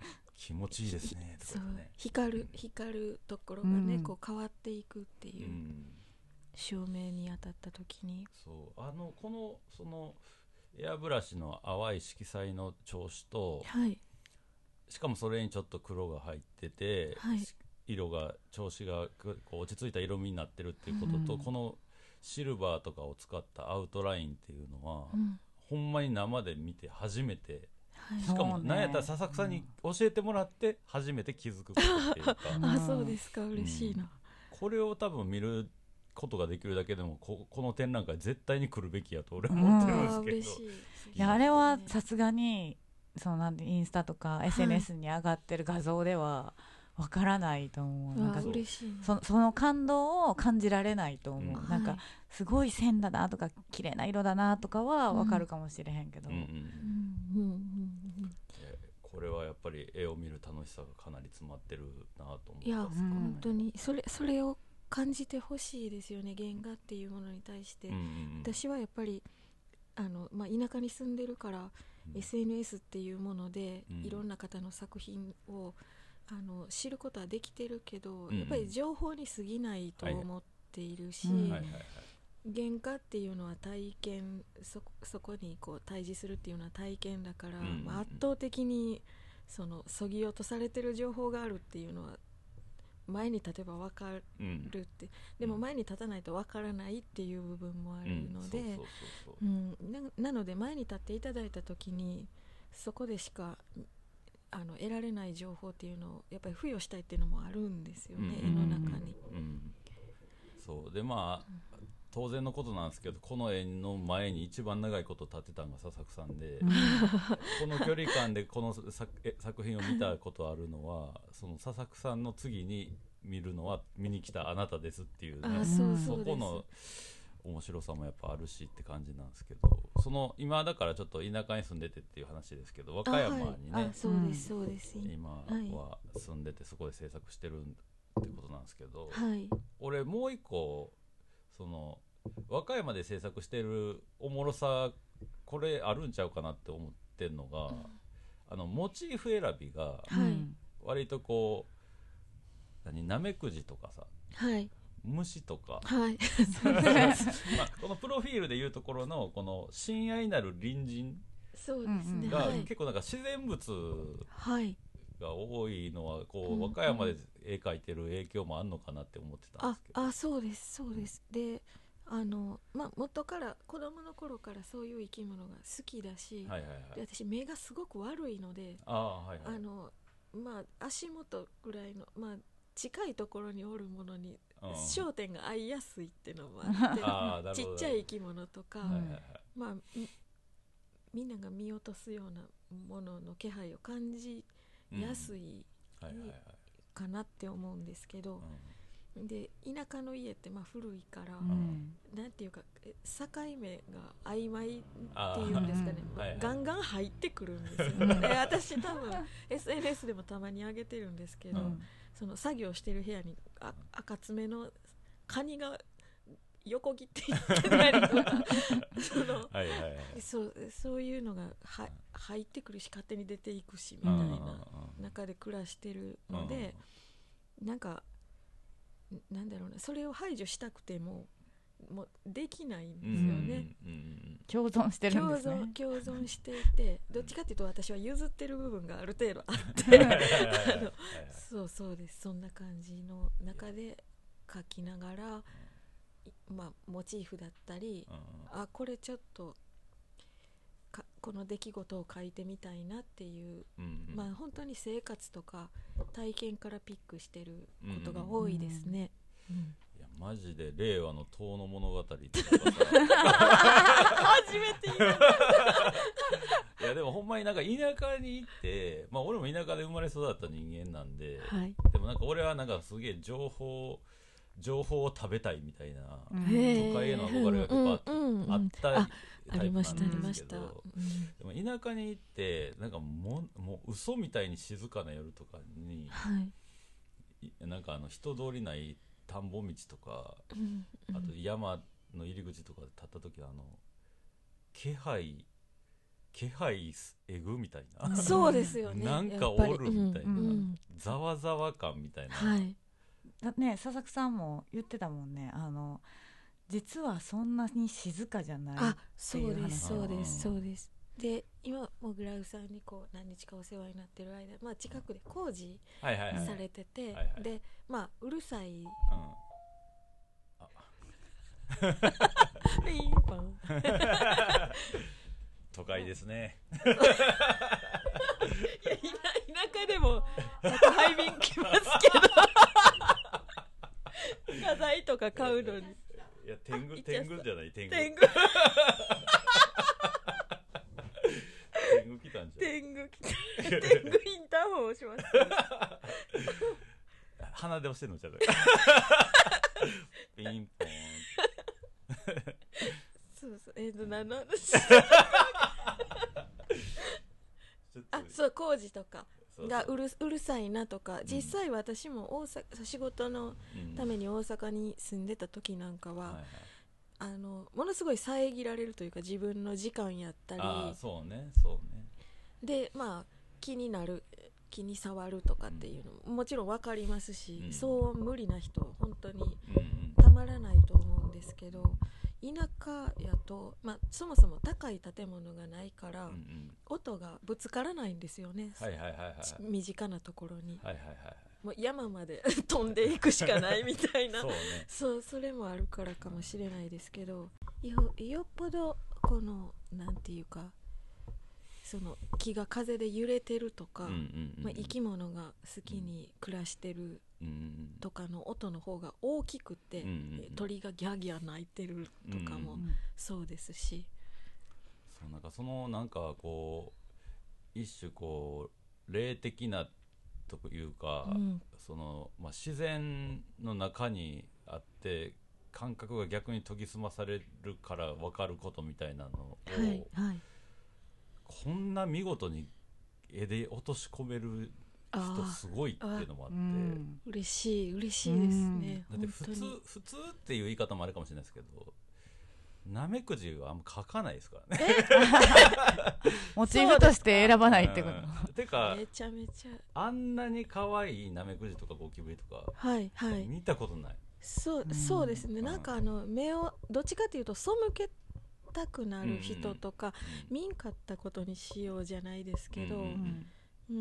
気持ちいいですねとそうかね、 光る光るところがね、 うんこう変わっていくっていうう、 ん、 照明に当たった時に、 そうあのこのそのエアブラシの淡い色彩の調子と、 はいしかもそれにちょっと黒が入ってて、 はい色が調子がこう落ち着いた色味になってるっていうことと、 うんこのシルバーとかを使ったアウトラインっていうのは、 うんほんまに生で見て初めて、 はいしかもそうねなんやったら笹草に教えてもらって初めて気づくことっていうかうんあそうですか、嬉しいな、 これを多分見ることができるだけでも こ, この展覧会絶対に来るべきやと俺は思ってるんですけど、 あー嬉しい。 いやあれはさすがにそのなんてインスタとかいエスエヌエス に上がってる画像ではわからないと思う、 うわなんかそう嬉しいな。 そその感動を感じられないと思う、 うんなんかすごい線だなとか綺麗な色だなとかはわかるかもしれへんけど、 うんうんうんうんうんえこれはやっぱり絵を見る楽しさがかなり詰まってるなと思いや、 ったんですけど、 本当にそれそれを感じてほしいですよね、原画っていうものに対して、 うんうんうん私はやっぱりあの、まあ、田舎に住んでるから、 うんエスエヌエス っていうもので、 うんいろんな方の作品をあの知ることはできてるけど、 うんやっぱり情報に過ぎないと思っているし、 はいはいはいはい原画っていうのは体験、そそこにこう対峙するっていうのは体験だから、 うんうんうんまあ、圧倒的にそのそぎ落とされてる情報があるっていうのは前に立てば分かうんるって、でも前に立たないと分からないっていう部分もあるので、 うんそうそうそうそううんななので前に立っていただいた時にそこでしかあの得られない情報っていうのをやっぱり付与したいっていうのもあるんですよね、 うん絵の中に。 うんそうでまあ当然のことなんですけど、この絵の前に一番長いこと立ってたのが笹草さんで、この距離感でこの作え作品を見たことあるのは、その笹草さんの次に見るのは見に来たあなたですっていうね、 あそうそうですそこの面白さもやっぱあるしって感じなんですけど、その今だからちょっと田舎に住んでてっていう話ですけど、和歌山にね、 あ、はい、あそうですそうです、 今は住んでてそこで制作してるってことなんですけど、 はい俺もう一個その和歌山で制作してるおもろさこれあるんちゃうかなって思ってんのが、あのモチーフ選びがはい割とこう何ナメクジとかさはい虫とか、 はいまあ、このプロフィールでいうところのこの親愛なる隣人そうですね、 がはい結構なんか自然物はいが多いのはこうんう和歌山で絵描いてる影響もあんのかなって思ってたんであすけど、 あそうですそうです、であのまあ元から子供の頃からそういう生き物が好きだし、 はいはいはい、 で私目がすごく悪いので、 ああはいはいあのまあ足元ぐらいのまあ近いところにおるものにうん焦点が合いやすいっていうのもあってあーなるほどちっちゃい生き物とか、 はいはいはいまあみみんなが見落とすようなものの気配を感じやすいはいはいはいかなって思うんですけど、で田舎の家ってまあ古いから、 うんなんていうかえ境目が曖昧っていうんですかね、 あーまあはいはいガンガン入ってくるんですよ、ね、で私多分 エスエヌエス でもたまに上げてるんですけど、 うんその作業してる部屋にあ赤爪のカニが横切っていってたりとかそのはいはいはいそうそういうのがは入ってくるし勝手に出ていくしみたいな中で暮らしてるので、なんかなんだろうな、それを排除したくてももうできないんですよね。 共存してるん共ですね存共存していて、どっちかっていうと私は譲ってる部分がある程度あってあのそうそうです、そんな感じの中で描きながら、いまあ、モチーフだったり、あこれちょっとかこの出来事を描いてみたいなっていう、まあ本当に生活とか体験からピックしてることが多いですね。うんいやマジで令和の遠野物語とかさ初めて言ったいやでもほんまになんか田舎に行って、まあ俺も田舎で生まれ育った人間なんで、 はいでもなんか俺はなんかすげえ情報情報を食べたいみたいな、 うん都会への憧れが結構あ,、 うんうんうんあったあありましたありタイプなんました、 ですけど、でも田舎に行ってなんかもうもう嘘みたいに静かな夜とかにはい、 いなんかあの人通りない田んぼ道とか、 うんうんあと山の入り口とかで立った時あの気配気配えぐみたいなそうですよねなんかおるみたいな、 うんうん、 ざわざわ感みたいな、 はいだね、佐々木さんも言ってたもんね、あの実はそんなに静かじゃないっていう話。 あ、そうですそうですそうです。で今もグラウさんにこう何日かお世話になってる間、まあ、近くで工事されてて、 はいはいはい、 でまあうるさい、うん、 あピンポン都会ですねいや田舎でも宅配便来ますけど画材とか買うのに、 いや天狗天狗じゃない天狗天狗天狗来たんじゃん。 天狗来た天狗インターホンをします鼻で押してんのちゃうピンポンそうそう、えっ、ー、と何の話あ、そう工事とかがう る, うるさいなとか、実際私も大阪仕事のために大阪に住んでた時なんかは、うんはいはい、あのものすごい遮られるというか自分の時間やったり、 あそうねそうねでまあ気になる気に障るとかっていうのも、うん、もちろん分かりますし、うん、そう無理な人は本当にたまらないと思うんですけど、田舎やと、まあ、そもそも高い建物がないから、うんうん、音がぶつからないんですよね、はいはいはいはい、身近なところに、はいはいはい、もう山まで飛んでいくしかないみたいなそう、ね、そうそれもあるからかもしれないですけど、 よ, よっぽどこのなんていうかその木が風で揺れてるとか、うんうんうんまあ、生き物が好きに暮らしてるとかの音の方が大きくて、うんうんうん、鳥がギャギャ鳴いてるとかもそうですし、 そうなんかそのなんかこう一種こう霊的なというか、うん、そのまあ、自然の中にあって感覚が逆に研ぎ澄まされるから分かることみたいなのを、はいはい、こんな見事に絵で落とし込める人すごいっていうのもあって、うん、 嬉しい嬉しいですね、 うん、だって普通普通っていう言い方もあるかもしれないですけどなめくじはあんま描かないですからねモチーフとして選ばないってこと、 うん、てかめちゃめちゃあんなに可愛いなめくじとかゴキブリとか、 はいはい、 見たことない。 そう、そうですね、うん、なんかあの目をどっちかというと背けたくなる人とか、うんうん、見んかったことにしようじゃないですけど、うん、うん、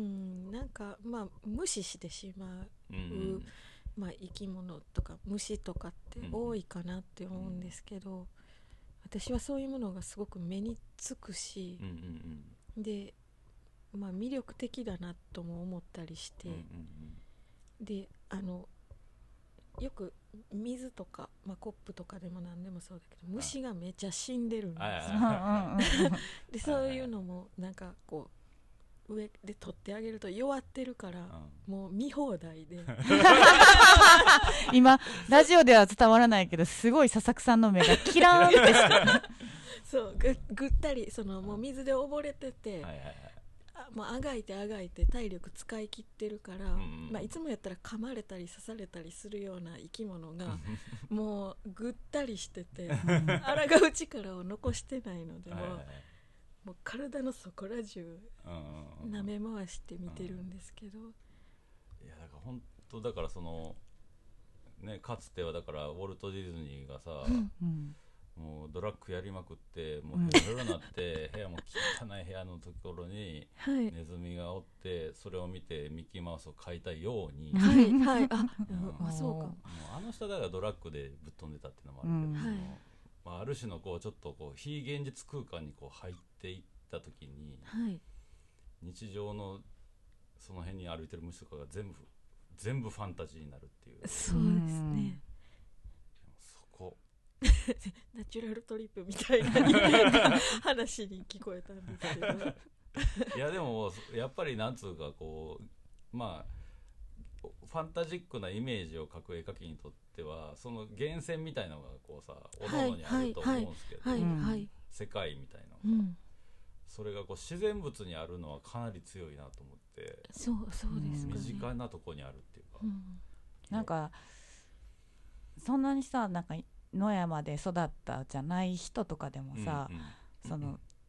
なんかまあ無視してしまう、うん、まあ、生き物とか虫とかって多いかなって思うんですけど、私はそういうものがすごく目につくし、うんうんうん、で、まあ、魅力的だなとも思ったりして、うんうんうん、であのよく水とか、まあ、コップとかでも何でもそうだけど虫がめっちゃ死んでるんですよでそういうのもなんかこう上で取ってあげると弱ってるから、うん、もう見放題で今ラジオでは伝わらないけどすごい佐々木さんの目がキラーンってしてそうぐ, ぐったりそのもう水で溺れてて、はいはいはい、あもうあがいてあがいて体力使い切ってるから、うんまあ、いつもやったら噛まれたり刺されたりするような生き物がもうぐったりしてて抗う力を残してないのでもう、はいはい、もう体のそこら中舐め回して見てるんですけど、 いやだから本当だからそのねかつてはだからウォルト・ディズニーがさ、うんうんもうドラッグやりまくってもうヘロヘロになって部屋も汚い部屋のところにネズミがおってそれを見てミッキーマウスを飼いたいようにはいはいあ、うん、あそうかもうあの人だからドラッグでぶっ飛んでたっていうのもあるけど、うんはいまあ、ある種のこうちょっとこう非現実空間にこう入っていった時に、はい、日常のその辺に歩いてる虫とかが全部全部ファンタジーになるっていうそうですねそこナチュラルトリップみたいな話に聞こえたんですけどいやでもやっぱりなんつうかこうまあファンタジックなイメージを描く絵描きにとってはその源泉みたいなのがこうさおのおのにあると思うんですけど、はいはいはい、世界みたいなのが、うん、それがこう自然物にあるのはかなり強いなと思ってそうそうですかね、 身近なとこにあるっていうか、うん、 なんかそんなにさなんか野山で育ったじゃない人とかでもさ、うんうん、その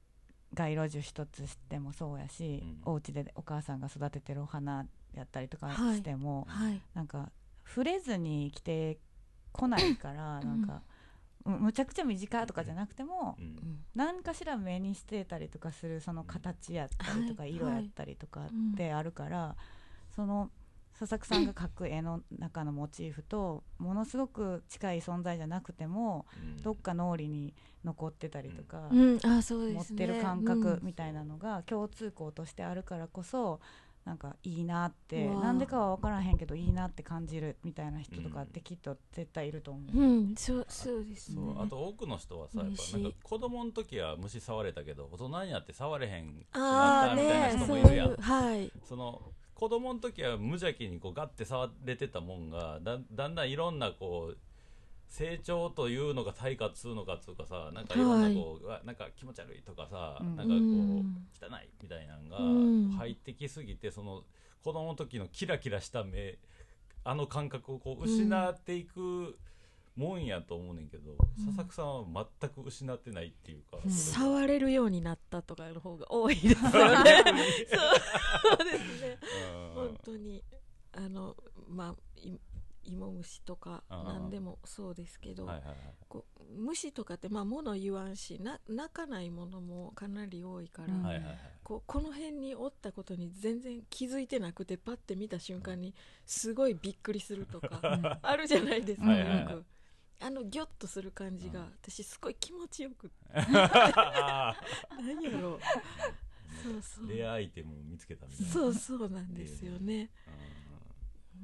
街路樹一つしてもそうやし、うん、お家でお母さんが育ててるお花やったりとかしても、 はいはい、 なんか触れずに生きてこないからなんか、うん、むちゃくちゃ短とかじゃなくても、うん、何かしら目にしてたりとかするその形やったりとか、うん、色やったりとかってあるから、はいはい、その佐々木さんが描く絵の中のモチーフとものすごく近い存在じゃなくても、うん、どっか脳裏に残ってたりとか、 うん、あ、そうですね、 持ってる感覚みたいなのが共通項としてあるからこそなんかいいなってなんでかは分からへんけどいいなって感じるみたいな人とかってきっと絶対いると思う、 うん、そう、そうですね。 そう、あと多くの人はさやっぱなんか子供の時は虫触れたけど大人になって触れへんくなったみたいな人もいるやん、 ね、はい、 その子供の時は無邪気にこうガッて触れてたもんが だ, だんだんいろんなこう成長というのが対価つうのかつうかさなんかいろんなこう、はい、なんか気持ち悪いとかさ、うん、なんかこう汚いみたいなのが入ってきすぎて、うん、その子供の時のキラキラした目あの感覚をこう失っていくもんやと思うねんけど、うん、佐々木さんは全く失ってないっていうか、 うん、触れるようになったとかの方が多いですよねそう、そうですね本当にあのまあ芋虫とか何でもそうですけど、はいはいはい、こう虫とかってまあ物言わんしな泣かないものもかなり多いから、うん、こうこの辺におったことに全然気づいてなくてパッて見た瞬間にすごいびっくりするとかあるじゃないですか、よく、はいはいはい、あのギョッとする感じが、うん、私すごい気持ちよく何やろうそうそうレアアイテムを見つけたみたいなそうそうなんですよね、 うん、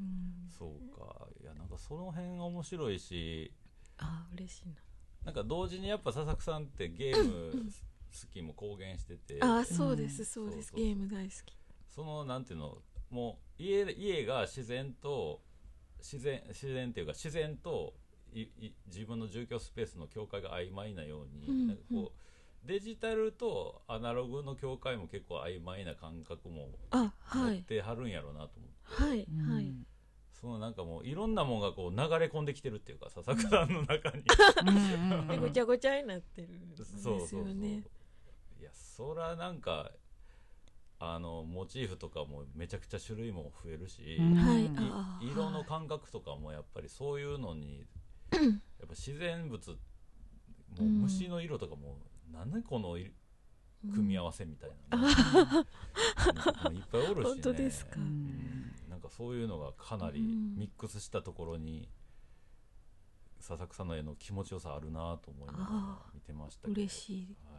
そうかいやなんかその辺が面白いしあ嬉しいななんか同時にやっぱ佐々木さんってゲーム好きも公言しててあそうですそうです、うん、ゲーム大好きそのなんていうのもう 家, 家が自然と自然自然っていうか自然といい自分の住居スペースの境界が曖昧なように、うん、なんかこう、うんデジタルとアナログの境界も結構曖昧な感覚も持ってはるんやろうなと思って、 はいはい、 そのなんかもういろんなものがこう流れ込んできてるっていうか佐々木さんの中にでごちゃごちゃになってるんですよね。そうそうそういやそらなんかあのモチーフとかもめちゃくちゃ種類も増えるし、 はい、 色の感覚とかもやっぱりそういうのにやっぱ自然物もう虫の色とかも何この組み合わせみたいな、ねうん、いっぱいおるしね本当ですか、 うん、なんかそういうのがかなりミックスしたところに佐々木さんの絵の気持ちよさあるなと思いながら見てましたけど嬉しい、 はい、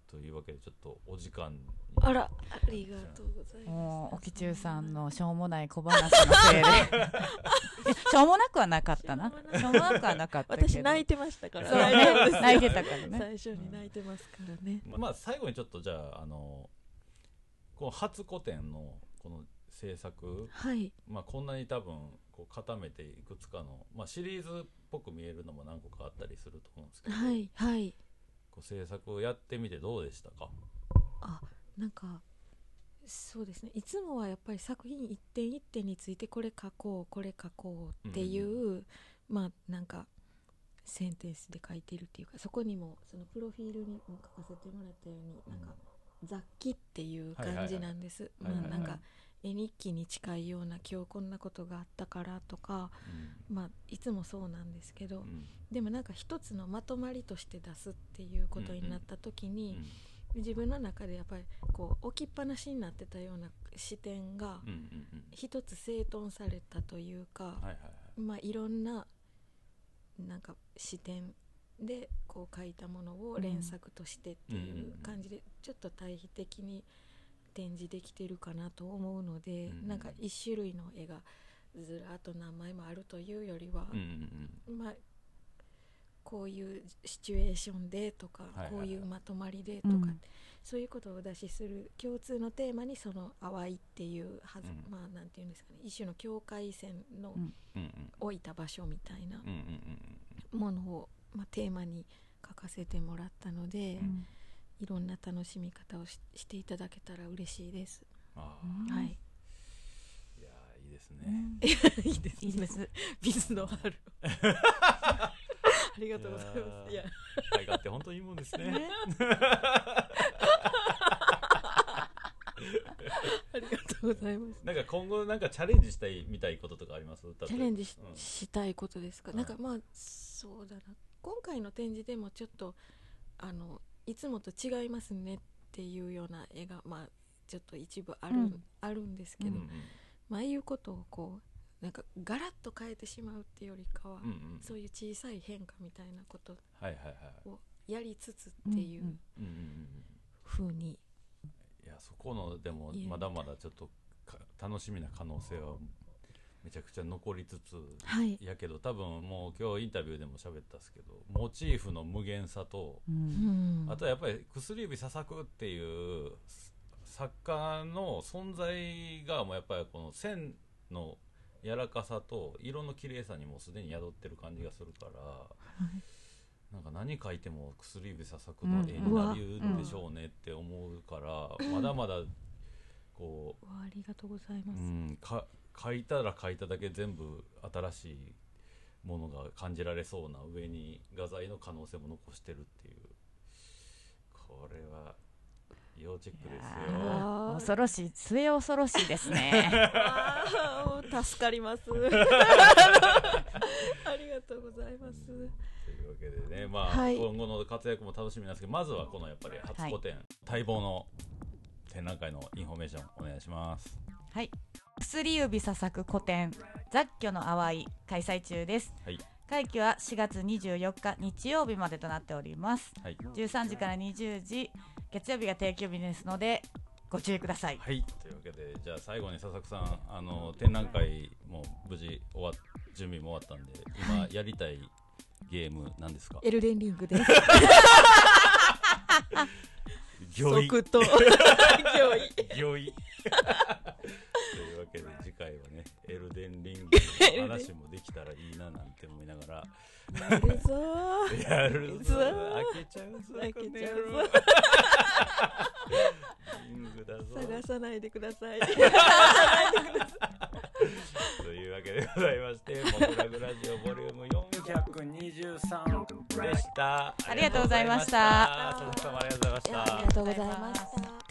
というわけでちょっとお時間にあらありがとうございますもう沖中さんのしょうもない小話のせいでしょうもなくはなかったなしょうもなくはなかったけど私泣いてましたからね泣いてたからね最初に泣いてますからね、 うん、まあ最後にちょっとじゃあ、あのこの初個展のこの制作、 はいまあ、こんなに多分こう固めていくつかの、まあ、シリーズっぽく見えるのも何個かあったりすると思うんですけど、 はいはい、 こう制作をやってみてどうでしたか？ あなんかそうですねいつもはやっぱり作品一点一点についてこれ書こうこれ書こうっていう、うん、まあなんかセンテンスで書いてるっていうかそこにもそのプロフィールにも書かせてもらったように、うん、なんか雑記っていう感じなんです、まあなんか絵日記に近いような今日こんなことがあったからとか、うん、まあいつもそうなんですけど、うん、でもなんか一つのまとまりとして出すっていうことになった時に、うんうん自分の中でやっぱりこう置きっぱなしになってたような視点が一つ整頓されたというか、はいはいはいまあ、いろんななんか視点でこう描いたものを連作としてっていう感じでちょっと対比的に展示できてるかなと思うので、うんうん、なんか一種類の絵がずらっと何枚もあるというよりは、うんうんまあこういうシチュエーションでとか、はいはいはい、こういうまとまりでとか、うん、そういうことをお出しする共通のテーマにその淡いっていうはず、うん、まあなんていうんですかね一種の境界線の置いた場所みたいなものを、まあ、テーマに書かせてもらったので、うん、いろんな楽しみ方を し, していただけたら嬉しいです。 あ、 はい、 いやいいですね、 うん、いいですねいいです水の春ありがとうございます。いや、 絵画って本当にいいもんですね。 ねありがとうございます。 なんか今後なんかチャレンジしたいみたいこととかあります？ チャレンジ し,、 うん、 したいことですか。 うん、 なんかまあそうだな、今回の展示でもちょっとあのいつもと違いますねっていうような絵がまあちょっと一部ある、うん、あるんですけど、うんうん、まあああいうことをこうなんかガラッと変えてしまうっていうよりかは、うんうん、そういう小さい変化みたいなことをやりつつっていう風に、 いやそこのでもまだまだちょっと楽しみな可能性はめちゃくちゃ残りつつ、はい、やけど多分もう今日インタビューでも喋ったんですけど、モチーフの無限さと、うん、あとはやっぱり薬指ささくっていう作家の存在がもうやっぱりこの線の柔らかさと色の綺麗さにもすでに宿ってる感じがするから、はい、なんか何描いても薬指ささくの絵になるんでしょうねって思うから、うん、まだまだこう、 ありがとうございます、 うん、か描いたら描いただけ全部新しいものが感じられそうな上に画材の可能性も残してるっていう、これは要チェックですよ。 恐ろしい、末恐ろしいですね。 助かります。ありがとうございます。というわけでね、まあ、はい、今後の活躍も楽しみなんですけど、まずはこのやっぱり初個展、はい、待望の展覧会のインフォメーションお願いします。 はい、薬指ささく個展雑居の淡い開催中です。はい、会期はしがつにじゅうよっか日曜日までとなっております。はい、じゅうさんじからにじゅうじ、月曜日が定休日ですのでご注意ください。 はい、というわけでじゃあ最後に笹久さん、あの展覧会も無事終わっ準備も終わったんで、今やりたいゲームなんですか？ エルデンリングです。 即答御意というわけで次回はねエルデンリングの話もできたらいいななんて思いながらやるぞーやるぞー開けちゃうぞ開けちゃうぞリングだぞ探さないでくださいというわけでございまして、モグラグラジオボリュームよんひゃくにじゅうさんでした。 ありがとうございました。 佐々木さんもありがとうございました。 ありがとうございました。